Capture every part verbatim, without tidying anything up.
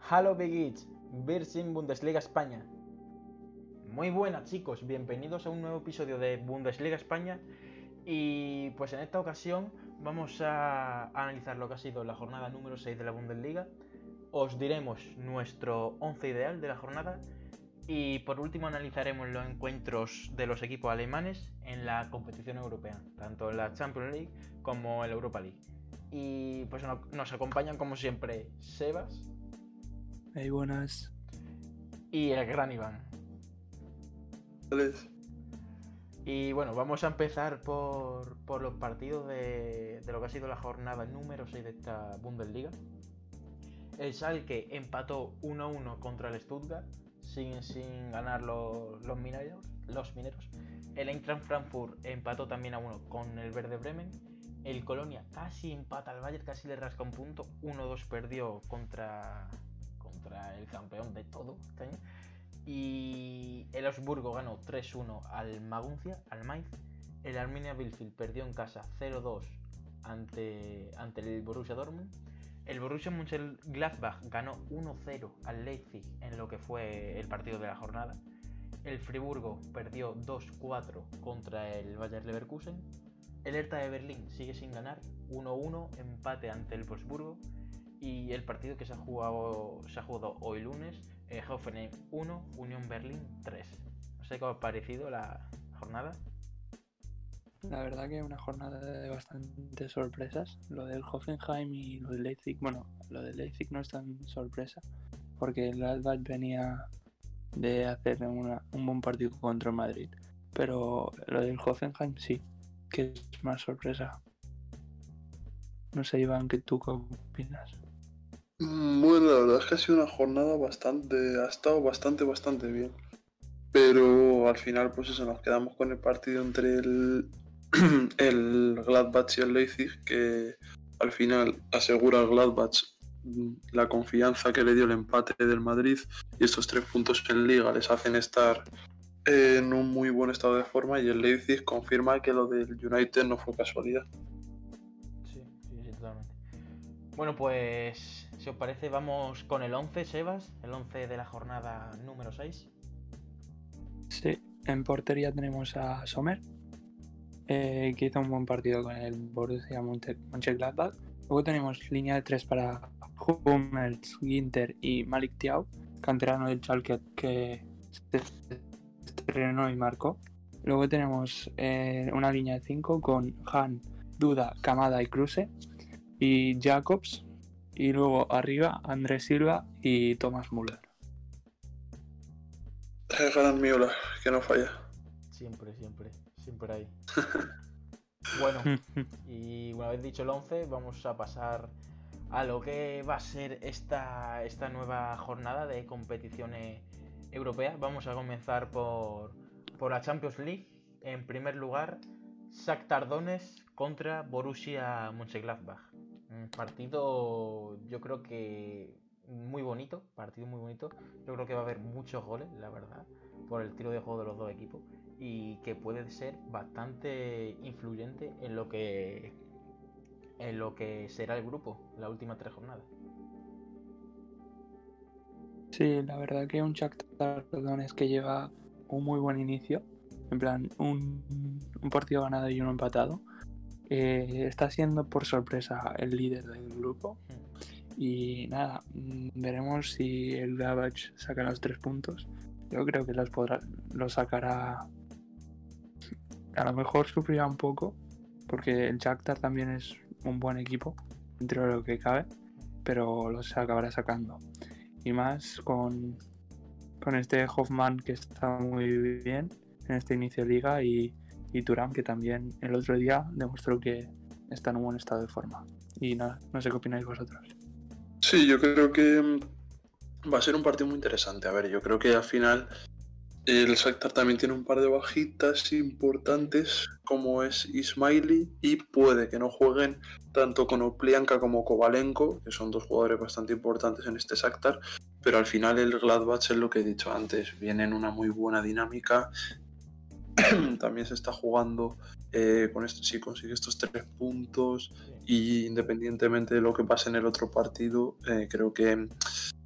Hallo Begic, wir sind Bundesliga España. Muy buenas chicos, bienvenidos a un nuevo episodio de Bundesliga España. Y pues en esta ocasión vamos a analizar lo que ha sido la jornada número seis de la Bundesliga. Os diremos nuestro once ideal de la jornada. Y por último analizaremos los encuentros de los equipos alemanes en la competición europea, tanto en la Champions League como en la Europa League. Y pues nos acompañan como siempre Sebas. Hey, buenas. Y el gran Iván. Vales. Y bueno, vamos a empezar por, por los partidos de, de lo que ha sido la jornada número seis de esta Bundesliga. El Schalke empató uno a uno contra el Stuttgart sin, sin ganar los, los, mineros, los mineros. El Eintracht Frankfurt empató también a uno con el Werder Bremen. El Colonia casi empata al Bayern, casi le rasca un punto. uno dos perdió contra, contra el campeón de todo este año. Y el Augsburgo ganó tres uno al Maguncia, al Mainz. El Arminia Bielefeld perdió en casa cero dos ante, ante el Borussia Dortmund. El Borussia Mönchengladbach ganó uno cero al Leipzig en lo que fue el partido de la jornada. El Friburgo perdió dos cuatro contra el Bayer Leverkusen. El Hertha de Berlín sigue sin ganar, uno uno, empate ante el Wolfsburgo. Y el partido que se ha jugado, se ha jugado hoy lunes, eh, Hoffenheim uno, Unión Berlín tres. No sé qué os ha parecido la jornada. La verdad que una jornada de bastantes sorpresas. Lo del Hoffenheim y lo del Leipzig. Bueno, lo del Leipzig no es tan sorpresa, porque el Gladbach venía de hacer una, un buen partido contra el Madrid. Pero lo del Hoffenheim sí, que es más sorpresa. No sé, Iván, ¿qué tú qué opinas? Bueno, la verdad es que ha sido una jornada bastante, ha estado bastante, bastante bien. Pero al final, pues eso, nos quedamos con el partido entre el, el Gladbach y el Leipzig, que al final asegura al Gladbach la confianza que le dio el empate del Madrid, y estos tres puntos en Liga les hacen estar en un muy buen estado de forma, y el Leipzig confirma que lo del United no fue casualidad. Sí, sí, sí, totalmente. Bueno, pues si os parece vamos con el once, Sebas, el once de la jornada número seis. Sí, en portería tenemos a Sommer, eh, que hizo un buen partido con el Borussia Mönchengladbach. Luego tenemos línea de tres para Hummels, Ginter y Malik Thiaw, canterano del Schalke que se estrenó y marcó. Luego tenemos eh, una línea de cinco con Han, Duda, Kamada y Kruse y Jacobs. Y luego arriba Andrés Silva y Thomas Müller. Gran Müller, que no falla. Siempre, siempre, siempre ahí. Bueno, y una vez dicho el once, vamos a pasar a lo que va a ser esta, esta nueva jornada de competiciones europeas. Vamos a comenzar por, por la Champions League. En primer lugar, Shakhtar Donetsk contra Borussia Mönchengladbach. Un partido, yo creo que muy bonito, partido muy bonito. Yo creo que va a haber muchos goles, la verdad, por el tiro de juego de los dos equipos, y que puede ser bastante influyente en lo que en lo que será el grupo las últimas tres jornadas. Sí, la verdad que un Shakhtar Donetsk que lleva un muy buen inicio, en plan un, un partido ganado y uno empatado. Eh, está siendo por sorpresa el líder del grupo. Y nada, veremos si el Gladbach saca los tres puntos. Yo creo que los podrá, los sacará. A lo mejor sufrirá un poco, porque el Shakhtar también es un buen equipo dentro de lo que cabe, pero los acabará sacando. Y más con, con este Hoffmann, que está muy bien en este inicio de liga, y, y Thuram, que también el otro día demostró que está en un buen estado de forma. Y nada, no sé qué opináis vosotros. Sí, yo creo que va a ser un partido muy interesante. A ver, yo creo que al final el Shakhtar también tiene un par de bajitas importantes, como es Ismaili, y puede que no jueguen tanto con Oplianka como Kovalenko, que son dos jugadores bastante importantes en este Shakhtar, pero al final el Gladbach es lo que he dicho antes, viene en una muy buena dinámica. También se está jugando eh, con esto, si consigue estos tres puntos, y independientemente de lo que pase en el otro partido, eh, creo que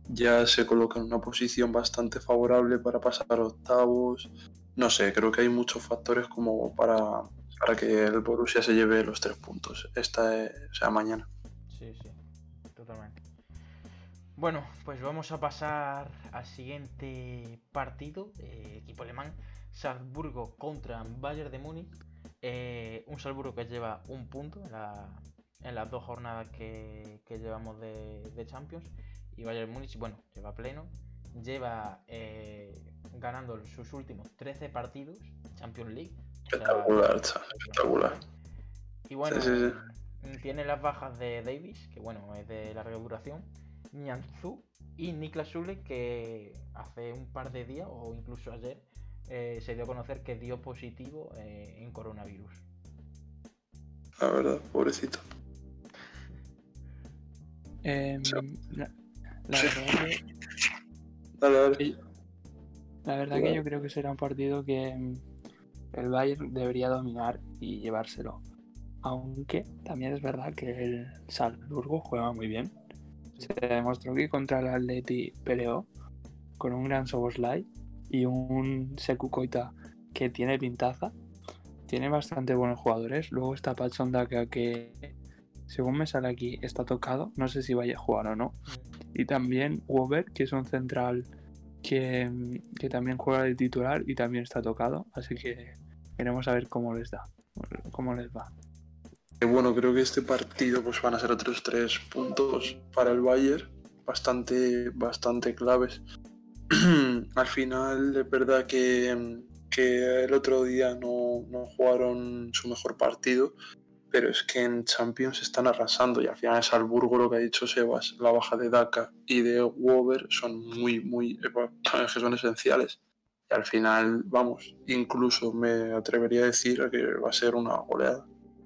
ya se coloca en una posición bastante favorable para pasar a octavos. No sé, creo que hay muchos factores como para, para que el Borussia se lleve los tres puntos esta eh, o sea, mañana. Sí, sí, totalmente. Bueno, pues vamos a pasar al siguiente partido, eh, equipo alemán, Salzburgo contra Bayern de Múnich. Eh, un Salzburgo que lleva un punto en, la, en las dos jornadas que, que llevamos de, de Champions. Y Bayern Múnich, bueno, lleva pleno. Lleva eh, ganando sus últimos trece partidos, Champions League. O sea, Espectacular, cha, espectacular. y bueno, Sí, sí, sí. tiene las bajas de Davis, que bueno, es de larga duración, Nianzú y Niklas Süle, que hace un par de días o incluso ayer eh, se dio a conocer que dio positivo eh, en coronavirus. La verdad, pobrecito. Eh, Sí. la, la verdad que, Dale, dale. que- la verdad que yo creo que será un partido que mm, el Bayern debería dominar y llevárselo. Aunque también es verdad que el Salzburgo juega muy bien. Se demostró que contra el Atleti peleó con un gran Szoboszlai y un Sekou Koita que tiene pintaza. Tiene bastante buenos jugadores. Luego está Patson Daka, que según me sale aquí está tocado. No sé si vaya a jugar o no. Y también Wober, que es un central que, que también juega de titular y también está tocado. Así que veremos a ver cómo les da, cómo les va. Bueno, creo que este partido pues van a ser otros tres puntos para el Bayern, bastante, bastante claves. Al final es verdad que, que el otro día no, no jugaron su mejor partido, pero es que en Champions están arrasando y al final es Salzburgo, lo que ha dicho Sebas, la baja de Daka y de Wober son muy, muy, que son esenciales. Y al final, vamos, incluso me atrevería a decir que va a ser una goleada.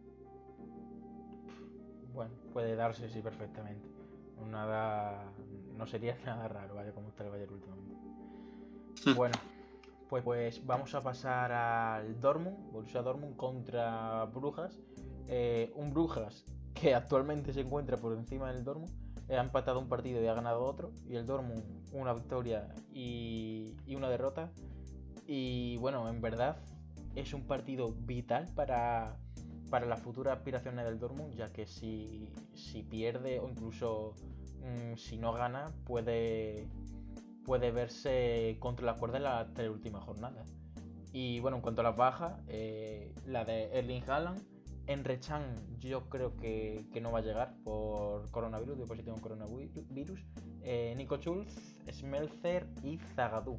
Bueno, puede darse, sí, perfectamente. Nada, no sería nada raro, vaya, como está el Bayern últimamente. Bueno, pues, pues vamos a pasar al Dortmund, Borussia Dortmund contra Brujas. Eh, un Brujas que actualmente se encuentra por encima del Dortmund. Eh, ha empatado un partido y ha ganado otro. Y el Dortmund una victoria y, y una derrota. Y bueno, en verdad es un partido vital para, para las futuras aspiraciones del Dortmund, ya que si, si pierde o incluso mmm, si no gana, puede, puede verse contra las cuerdas en las tres últimas jornadas. Y bueno, en cuanto a las bajas, eh, la de Erling Haaland, Emre Can yo creo que, que no va a llegar por coronavirus, dio positivo en coronavirus. Eh, Nico Schulz, Schmelzer y Zagadou.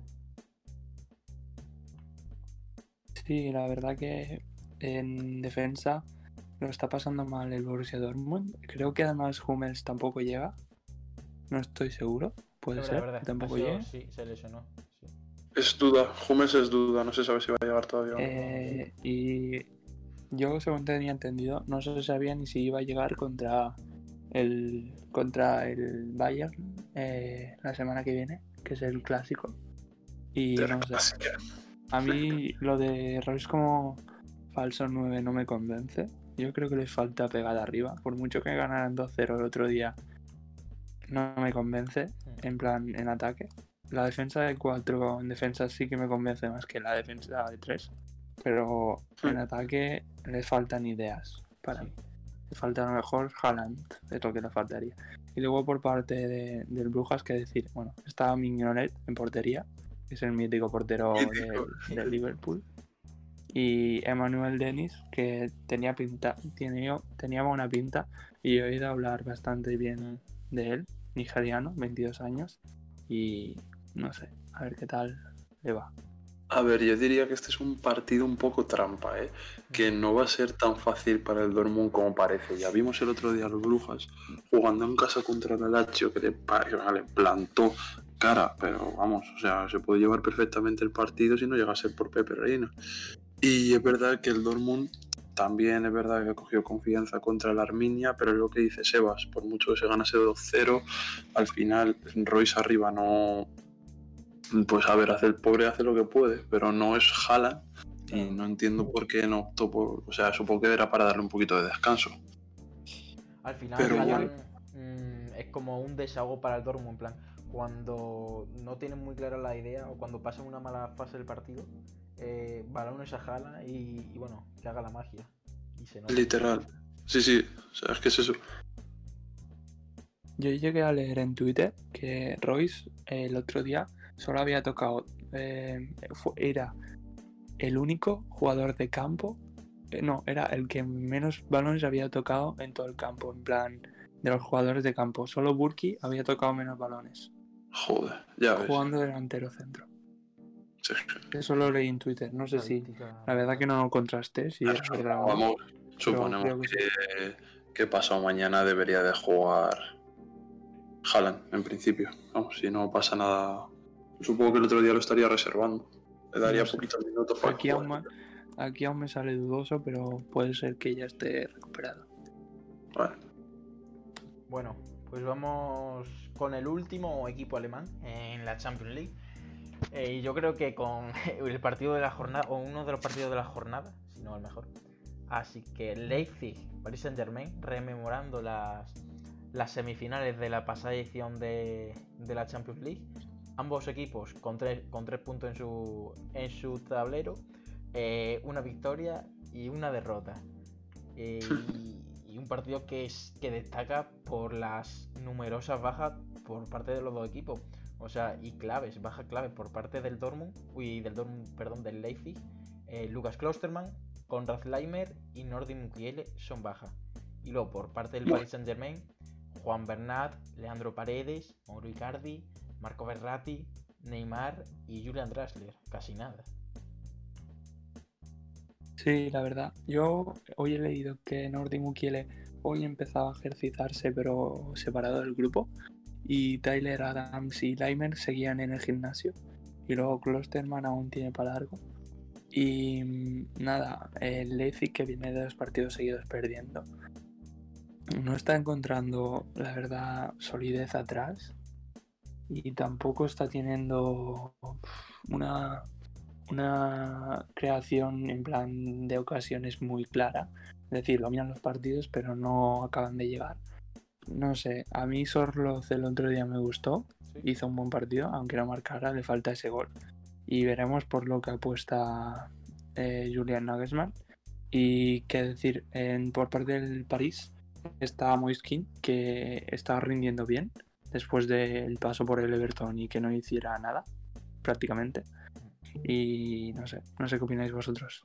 Sí, la verdad que en defensa lo está pasando mal el Borussia Dortmund. Creo que además Hummels tampoco llega. No estoy seguro. Puede Sobre ser la verdad, que tampoco eso llegue. sí, se lesionó. Sí. Es duda, Hummels es duda, no se sabe si va a llegar todavía o no. Eh, y yo, según tenía entendido, no se sabía ni si iba a llegar contra el contra el Bayern eh, la semana que viene, que es el clásico. Y De no sé. clásica. A mí lo de Royce como falso nueve no me convence. Yo creo que les falta pegada arriba. Por mucho que ganaran dos cero el otro día, no me convence. En plan, en ataque. La defensa de cuatro en defensa sí que me convence más que la defensa de tres. Pero en ataque les faltan ideas para Sí. mí. Le falta a lo mejor Haaland, es lo que le faltaría. Y luego por parte de, del Brujas, que decir, bueno, está Mignolet en portería, que es el mítico portero del, del Liverpool. Y Emmanuel Dennis, que tenía pinta, tenía, tenía buena pinta, y he oído hablar bastante bien de él, nigeriano, veintidós años, y no sé, a ver qué tal le va. A ver, yo diría que este es un partido un poco trampa, ¿eh? Que no va a ser tan fácil para el Dortmund como parece. Ya vimos el otro día a los Brujas jugando en casa contra el Lazio, que le, que le plantó cara, pero vamos, o sea, se puede llevar perfectamente el partido si no llega a ser por Pepe Reina. Y es verdad que el Dortmund también es verdad que ha cogido confianza contra el Arminia, pero es lo que dice Sebas, por mucho que se ganase dos cero, al final Royce arriba no... Pues a ver, hace el pobre hace lo que puede, pero no es Haaland y no entiendo por qué no optó por... O sea, supongo que era para darle un poquito de descanso. Al final, Pero Haaland, mmm, es como un desahogo para el Dortmund, en plan, cuando no tienen muy clara la idea o cuando pasan una mala fase del partido, eh, balones a jala y, y bueno, que haga la magia. Y se nota. Literal. Sí, sí, o sea, es que es eso. Yo llegué a leer en Twitter que Royce eh, el otro día solo había tocado, eh, fue- era el único jugador de campo, eh, no, era el que menos balones había tocado en todo el campo, en plan, de los jugadores de campo. Solo Burki había tocado menos balones, Joder, ya ves. jugando delantero centro. Sí. Eso lo leí en Twitter, no sé si, Estadística la verdad que brutal. no lo contrasté, si era verdad o no. Vamos, pero suponemos creo que sí. que, que pasado mañana debería de jugar Haaland, en principio. Vamos, si no pasa nada. Supongo que el otro día lo estaría reservando. Le daría No sé. poquitos minutos para Aquí que aún, juegue. ma- aquí aún me sale dudoso, pero puede ser que ya esté recuperado. Vale. Bueno, pues vamos con el último equipo alemán en la Champions League. Eh, y yo creo que con el partido de la jornada, o uno de los partidos de la jornada, si no el mejor. Así que Leipzig, Paris Saint Germain, rememorando las, las semifinales de la pasada edición de, de la Champions League. Ambos equipos con tres, con tres puntos en su, en su tablero, eh, una victoria y una derrota. Eh, y, y un partido que, es, que destaca por las numerosas bajas por parte de los dos equipos. O sea, y claves, bajas claves por parte del Dortmund, uy, del Dortmund, perdón, del Leipzig. Eh, Lucas Klostermann, Konrad Laimer y Nordi Mukiele son bajas. Y luego por parte del Paris Saint Germain, Juan Bernat, Leandro Paredes, Mauro Icardi, Marco Verratti, Neymar y Julian Draxler. Casi nada. Sí, la verdad. Yo hoy he leído que Nordi Mukiele hoy empezaba a ejercitarse, pero separado del grupo. Y Tyler Adams y Laimer seguían en el gimnasio. Y luego Klostermann aún tiene para largo. Y mm, nada, el Leipzig, que viene de dos partidos seguidos perdiendo, no está encontrando, la verdad, solidez atrás. Y tampoco está teniendo una, una creación en plan de ocasiones muy clara. Es decir, dominan los partidos, pero no acaban de llegar. No sé, a mí Sorloz el otro día me gustó, Sí. hizo un buen partido, aunque no marcara, le falta ese gol. Y veremos por lo que apuesta eh, Julian Nagelsmann. Y qué decir, en, por parte del París está Moiskin, que está rindiendo bien después del paso por el Everton y que no hiciera nada, prácticamente. Y no sé, no sé qué opináis vosotros.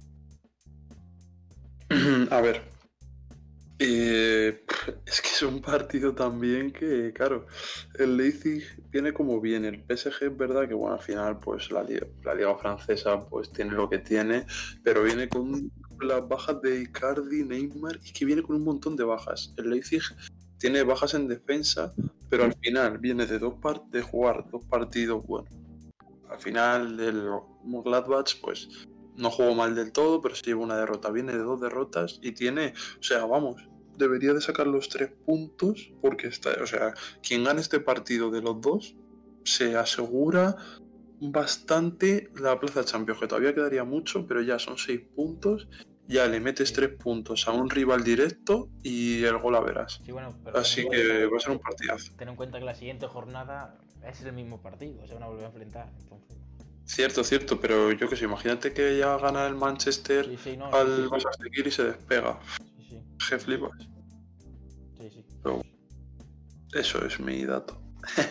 A ver. Eh, es que es un partido también que, claro, el Leipzig viene como viene. El P S G es verdad que, bueno, al final, pues la liga, la liga francesa pues tiene lo que tiene, pero viene con las bajas de Icardi, Neymar, y que viene con un montón de bajas. El Leipzig tiene bajas en defensa, pero al final viene de dos par- de jugar dos partidos, bueno, al final el Gladbach, pues no jugó mal del todo, pero se lleva una derrota. Viene de dos derrotas y tiene, o sea, vamos, debería de sacar los tres puntos porque está, o sea, quien gane este partido de los dos se asegura bastante la plaza de Champions, que todavía quedaría mucho, pero ya son seis puntos. Ya le metes Sí. tres puntos a un rival directo y el gol a verás. Sí, bueno, pero Así ten en que cuenta, va a ser un partidazo. ten en cuenta que la siguiente jornada es el mismo partido, se van a volver a enfrentar. Entonces... Cierto, cierto, pero yo que sé, imagínate que ya gana el Manchester Sí, sí, no, sí, al sí. Barça seguir y se despega. Sí, sí. Je flipas. Sí, sí. Pero eso es mi dato.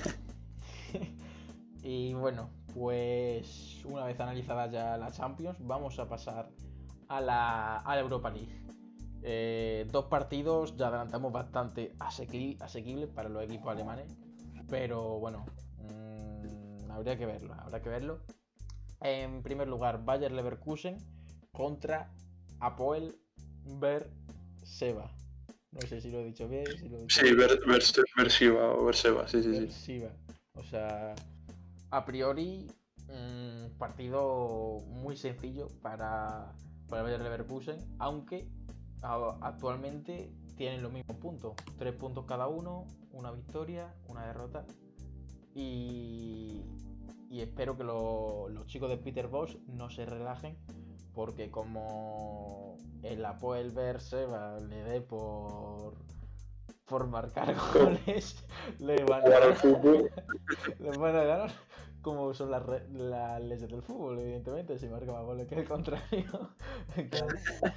Y bueno, pues una vez analizada ya la Champions, vamos a pasar a la, a la Europa League. Eh, dos partidos, ya adelantamos bastante asequi- asequibles para los equipos alemanes, pero bueno, mmm, habría que verlo, habrá que verlo. En primer lugar, Bayer Leverkusen contra Apoel Berseba. No sé si lo he dicho bien, si lo he dicho Sí, bien. ver, ver, Versiva o Verseba, sí, sí, sí. Berseba. O sea, a priori, un partido muy sencillo para, para Bayer Leverkusen, aunque a, actualmente tienen los mismos puntos, tres puntos cada uno, una victoria, una derrota, y, y espero que lo, los chicos de Peter Bosz no se relajen, porque como el Apoel Berseba le dé por por marcar ¿Cómo? goles le van a Jugar al ganar. fútbol. Le van a ganar como son las, re- las leyes del fútbol, evidentemente. Si marca más goles que el contrario. Claro.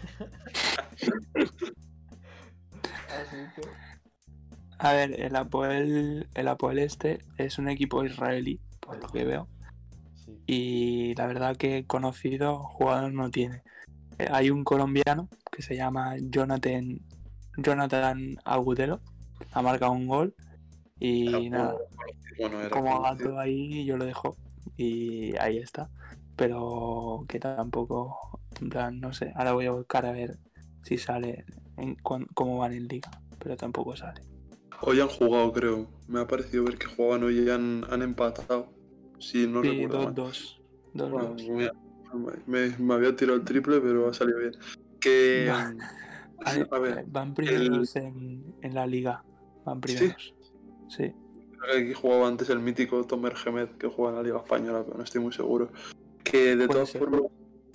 Así que. A ver, el Apoel, el Apoel este es un equipo israelí, por lo que veo. Sí. Y la verdad que conocido jugador no tiene. Eh, Hay un colombiano que se llama Jonathan, Jonathan Agudelo. Ha marcado un gol. Y Era nada, bueno, era como conocido. gato ahí yo lo dejo. Y ahí está. Pero que tampoco, en plan, no sé. Ahora voy a buscar a ver si sale, en, cuan- cómo van en liga. Pero tampoco sale. Hoy han jugado, creo. Me ha parecido ver que jugaban hoy y han, han empatado. Si no Sí, recuerdo mal. dos dos. Bueno, dos mira, me, me había tirado el triple, pero ha salido bien. Que. Va- a ver, A ver, van el. primeros en, en la liga. Van Sí, primeros. Sí. creo que aquí jugaba antes el mítico Tomer Gemed, que juega en la Liga Española, pero no estoy muy seguro. Que de Puede todas ser. formas.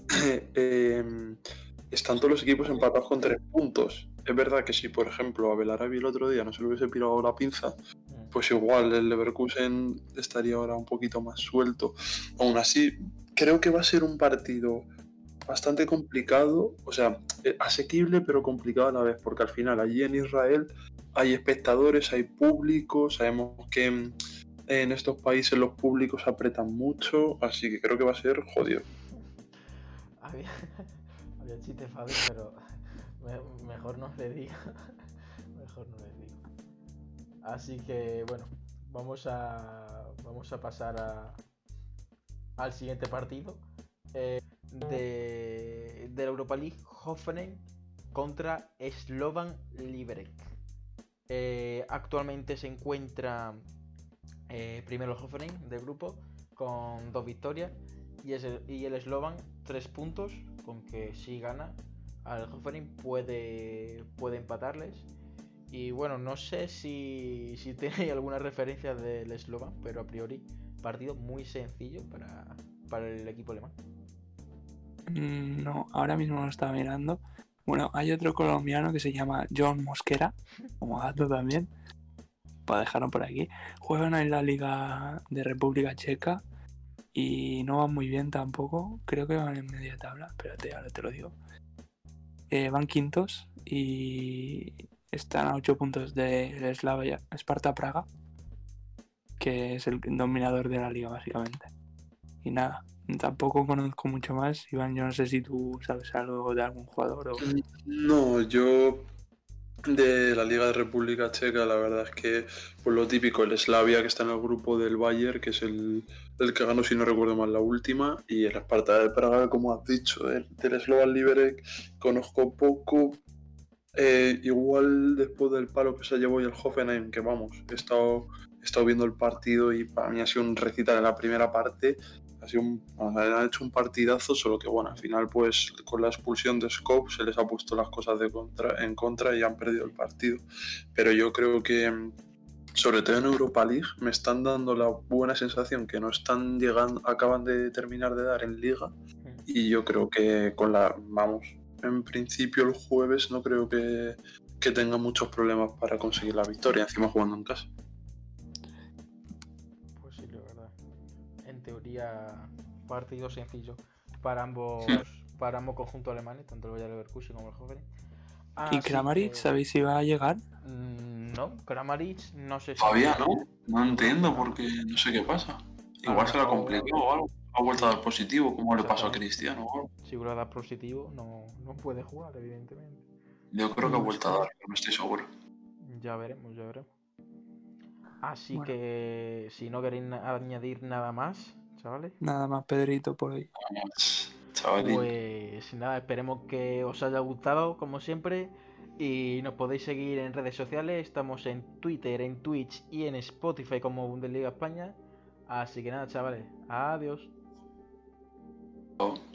eh, están todos los equipos empatados con tres puntos. Es verdad que si, por ejemplo, a Belarabi el otro día no se le hubiese pirado la pinza, mm, pues igual el Leverkusen estaría ahora un poquito más suelto. Aún así, creo que va a ser un partido bastante complicado, o sea, eh, asequible pero complicado a la vez, porque al final allí en Israel hay espectadores, hay público, sabemos que mm, en estos países los públicos apretan mucho, así que creo que va a ser jodido. Había, había chistes Fabi, pero me- mejor no le digo. Mejor no le digo. Así que bueno, vamos a vamos a pasar a, al siguiente partido eh, de, de la Europa League, Hoffenheim contra Slovan Liberec. Eh, actualmente se encuentra eh, primero el Hoffenheim del grupo con dos victorias y, es el, y el Slovan tres puntos, con que si gana al Hoffenheim puede, puede empatarles. Y bueno, no sé si, si tenéis alguna referencia del Slovan, pero a priori partido muy sencillo para, para el equipo alemán. Mm, No, ahora mismo lo estaba mirando. Bueno, hay otro colombiano que se llama John Mosquera, como gato también, para dejarlo por aquí. Juegan en la Liga de República Checa y no van muy bien tampoco. Creo que van en media tabla. Espérate, ahora te lo digo. Eh, van quintos y están a ocho puntos del Slavia Sparta Praga, que es el dominador de la liga básicamente. Y nada, tampoco conozco mucho más. Iván, yo no sé si tú sabes algo de algún jugador o... No, yo de la Liga de República Checa, la verdad es que pues lo típico, el Slavia que está en el grupo del Bayern, que es el, el que ganó, si no recuerdo mal, la última, y el Sparta de Praga, como has dicho, el, del Slovan Liberec conozco poco. Eh, igual después del palo que se llevó y el Hoffenheim, que vamos, he estado, he estado viendo el partido y para mí ha sido un recital en la primera parte. Ha sido un, han hecho un partidazo, solo que bueno, al final pues con la expulsión de Scope se les ha puesto las cosas de contra, en contra y han perdido el partido. Pero yo creo que sobre todo en Europa League me están dando la buena sensación que no están llegando, acaban de terminar de dar en Liga, y yo creo que con la, vamos, en principio el jueves no creo que, que tenga muchos problemas para conseguir la victoria, encima jugando en casa. Pues sí, la verdad. En teoría, partido sencillo para ambos, para ambos conjuntos alemanes, tanto el Bayer Leverkusen como el Hoffenheim. ¿Y Así Kramaric, que, sabéis si va a llegar? mm, no, Kramaric no sé si... Todavía no, no entiendo porque no sé qué pasa. Igual se la mejor- complicó o algo. Ha vuelto a dar positivo, como le pasó a Exactamente. Cristiano o algo. Si vuelve a dar positivo, no, no puede jugar, evidentemente. Yo creo que ha No vuelto a sé. dar, pero no estoy seguro. Ya veremos, ya veremos. Así Bueno, que, si no queréis na- añadir nada más, chavales, nada más Pedrito por hoy. Vamos, chavalín. pues nada, esperemos que os haya gustado, como siempre. Y nos podéis seguir en redes sociales. Estamos en Twitter, en Twitch y en Spotify como Bundesliga España. Así que nada, chavales, adiós. Chao.